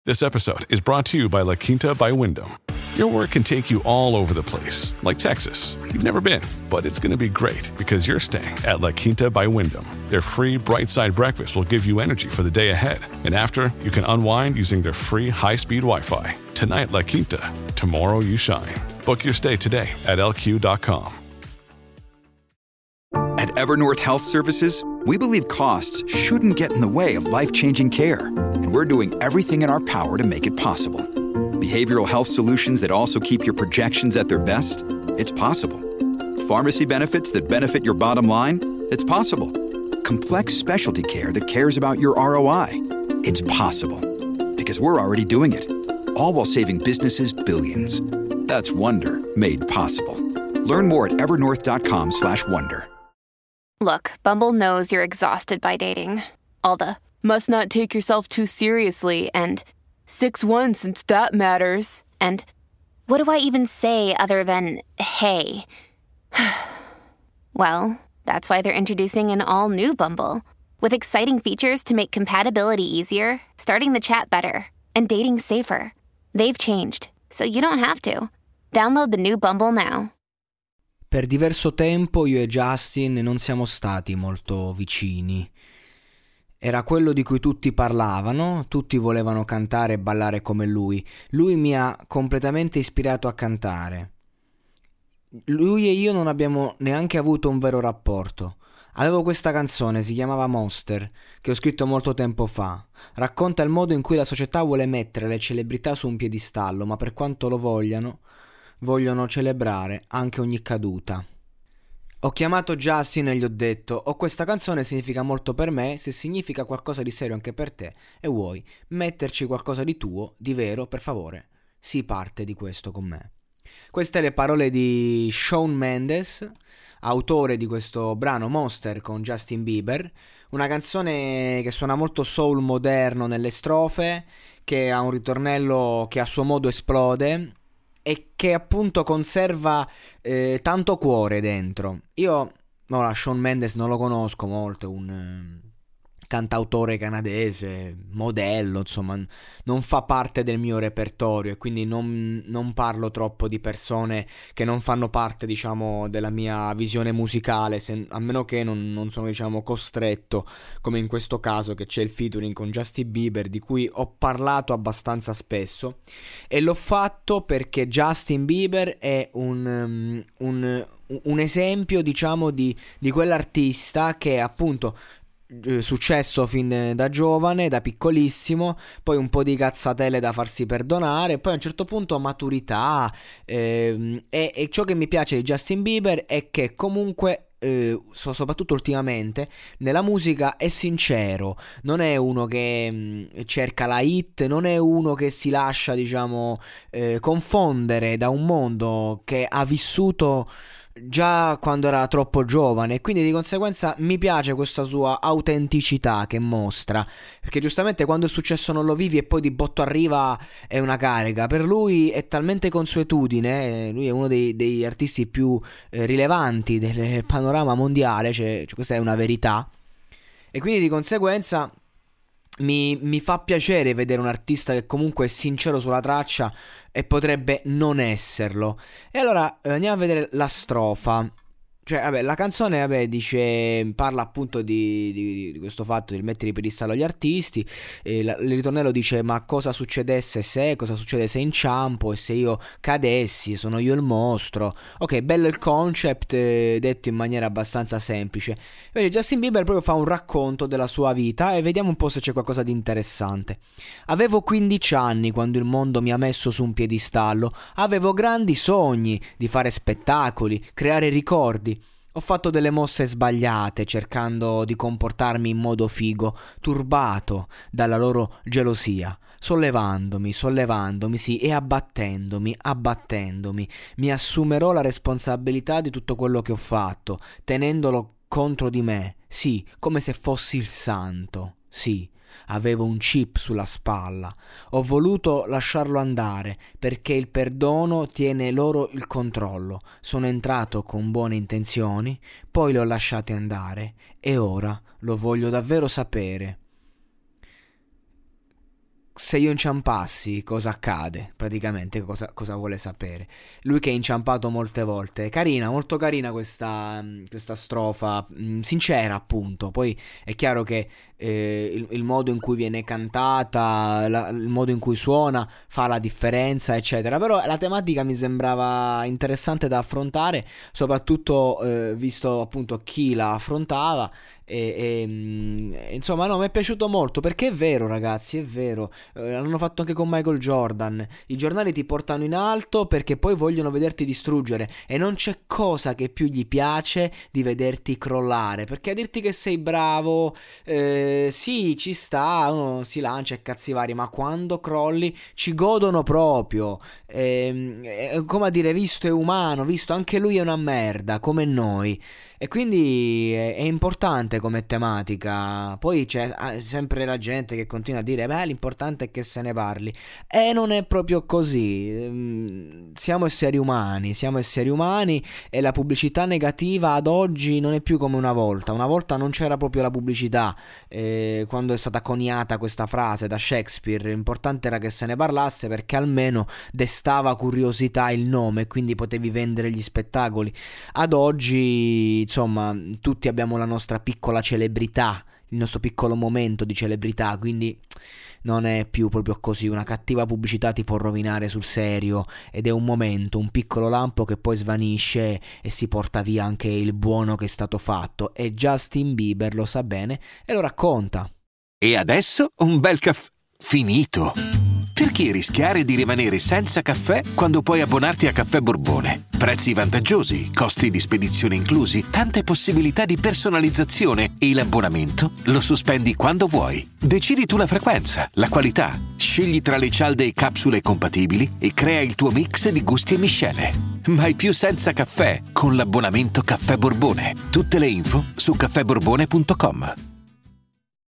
This episode is brought to you by La Quinta by Wyndham. Your work can take you all over the place, like Texas. You've never been, but it's going to be great because you're staying at La Quinta by Wyndham. Their free Bright Side breakfast will give you energy for the day ahead. And after, you can unwind using their free high-speed Wi-Fi. Tonight, La Quinta. Tomorrow, you shine. Book your stay today at lq.com. At Evernorth Health Services, we believe costs shouldn't get in the way of life-changing care. And we're doing everything in our power to make it possible. Behavioral health solutions that also keep your projections at their best? It's possible. Pharmacy benefits that benefit your bottom line? It's possible. Complex specialty care that cares about your ROI? It's possible. Because we're already doing it. All while saving businesses billions. That's Wonder made possible. Learn more at evernorth.com/wonder. Look, Bumble knows you're exhausted by dating. All the must not take yourself too seriously and 6'1" since that matters. And what do I even say other than hey? Well, that's why they're introducing an all-new Bumble with exciting features to make compatibility easier, starting the chat better, and dating safer. They've changed, so you don't have to. Download the new Bumble now. Per diverso tempo io e Justin non siamo stati molto vicini. Era quello di cui tutti parlavano, tutti volevano cantare e ballare come lui. Lui mi ha completamente ispirato a cantare. Lui e io non abbiamo neanche avuto un vero rapporto. Avevo questa canzone, si chiamava Monster, che ho scritto molto tempo fa. Racconta il modo in cui la società vuole mettere le celebrità su un piedistallo, ma per quanto lo vogliono celebrare anche ogni caduta. Ho chiamato Justin e gli ho detto: "Oh, questa canzone significa molto per me, se significa qualcosa di serio anche per te e vuoi metterci qualcosa di tuo, di vero, per favore, sii parte di questo con me." Queste le parole di Shawn Mendes, autore di questo brano Monster con Justin Bieber, una canzone che suona molto soul moderno nelle strofe, che ha un ritornello che a suo modo esplode e che appunto conserva tanto cuore dentro. Io, ora, Shawn Mendes non lo conosco molto, è un cantautore canadese, modello, insomma, non fa parte del mio repertorio e quindi non parlo troppo di persone che non fanno parte, diciamo, della mia visione musicale, a meno che non sono, diciamo, costretto, come in questo caso che c'è il featuring con Justin Bieber, di cui ho parlato abbastanza spesso, e l'ho fatto perché Justin Bieber è un esempio, diciamo, di quell'artista che appunto successo fin da giovane, da piccolissimo, poi un po' di cazzatelle da farsi perdonare, poi a un certo punto maturità, e ciò che mi piace di Justin Bieber è che comunque soprattutto ultimamente nella musica è sincero, non è uno che cerca la hit, non è uno che si lascia, diciamo, confondere da un mondo che ha vissuto già quando era troppo giovane, e quindi di conseguenza mi piace questa sua autenticità che mostra, perché giustamente quando il successo non lo vivi e poi di botto arriva è una carica. Per lui è talmente consuetudine, lui è uno dei artisti più rilevanti del panorama mondiale, cioè questa è una verità, e quindi di conseguenza mi fa piacere vedere un artista che comunque è sincero sulla traccia e potrebbe non esserlo. E allora andiamo a vedere la strofa. Cioè, vabbè, la canzone, parla appunto di questo fatto di mettere i piedistallo agli artisti. Il ritornello dice: ma cosa succede se inciampo e se io cadessi, sono io il mostro. Ok, bello il concept, detto in maniera abbastanza semplice. Vedi, Justin Bieber proprio fa un racconto della sua vita e vediamo un po' se c'è qualcosa di interessante. Avevo 15 anni quando il mondo mi ha messo su un piedistallo. Avevo grandi sogni di fare spettacoli, creare ricordi. Ho fatto delle mosse sbagliate cercando di comportarmi in modo figo, turbato dalla loro gelosia, sollevandomi, sì, e abbattendomi. Mi assumerò la responsabilità di tutto quello che ho fatto, tenendolo contro di me, sì, come se fossi il santo, sì. Avevo un chip sulla spalla. Ho voluto lasciarlo andare perché il perdono tiene loro il controllo. Sono entrato con buone intenzioni, poi li ho lasciati andare e ora lo voglio davvero sapere. se io inciampassi cosa accade, praticamente cosa vuole sapere. Lui che è inciampato molte volte. Carina, molto carina questa strofa, sincera appunto. Poi è chiaro che il modo in cui viene cantata, il modo in cui suona fa la differenza, eccetera. Però la tematica mi sembrava interessante da affrontare, soprattutto visto appunto chi la affrontava. Insomma, no, mi è piaciuto molto, perché è vero, ragazzi, è vero. L'hanno fatto anche con Michael Jordan. I giornali ti portano in alto perché poi vogliono vederti distruggere, e non c'è cosa che più gli piace di vederti crollare, perché a dirti che sei bravo, sì, ci sta, uno si lancia e cazzi vari, ma quando crolli ci godono proprio. Come a dire, visto è umano, visto anche lui è una merda come noi. E quindi è importante come tematica. Poi c'è sempre la gente che continua a dire beh, l'importante è che se ne parli, e non è proprio così. Siamo esseri umani, e la pubblicità negativa ad oggi non è più come una volta non c'era proprio la pubblicità, quando è stata coniata questa frase da Shakespeare. L'importante era che se ne parlasse, perché almeno destava curiosità il nome, quindi potevi vendere gli spettacoli. Ad oggi, insomma, tutti abbiamo la nostra piccola celebrità, il nostro piccolo momento di celebrità, quindi non è più proprio così. Una cattiva pubblicità ti può rovinare sul serio, ed è un momento, un piccolo lampo che poi svanisce e si porta via anche il buono che è stato fatto, e Justin Bieber lo sa bene e lo racconta. E adesso un bel caffè finito. Perché rischiare di rimanere senza caffè quando puoi abbonarti a Caffè Borbone? Prezzi vantaggiosi, costi di spedizione inclusi, tante possibilità di personalizzazione, e l'abbonamento lo sospendi quando vuoi. Decidi tu la frequenza, la qualità, scegli tra le cialde e capsule compatibili e crea il tuo mix di gusti e miscele. Mai più senza caffè con l'abbonamento Caffè Borbone. Tutte le info su caffèborbone.com.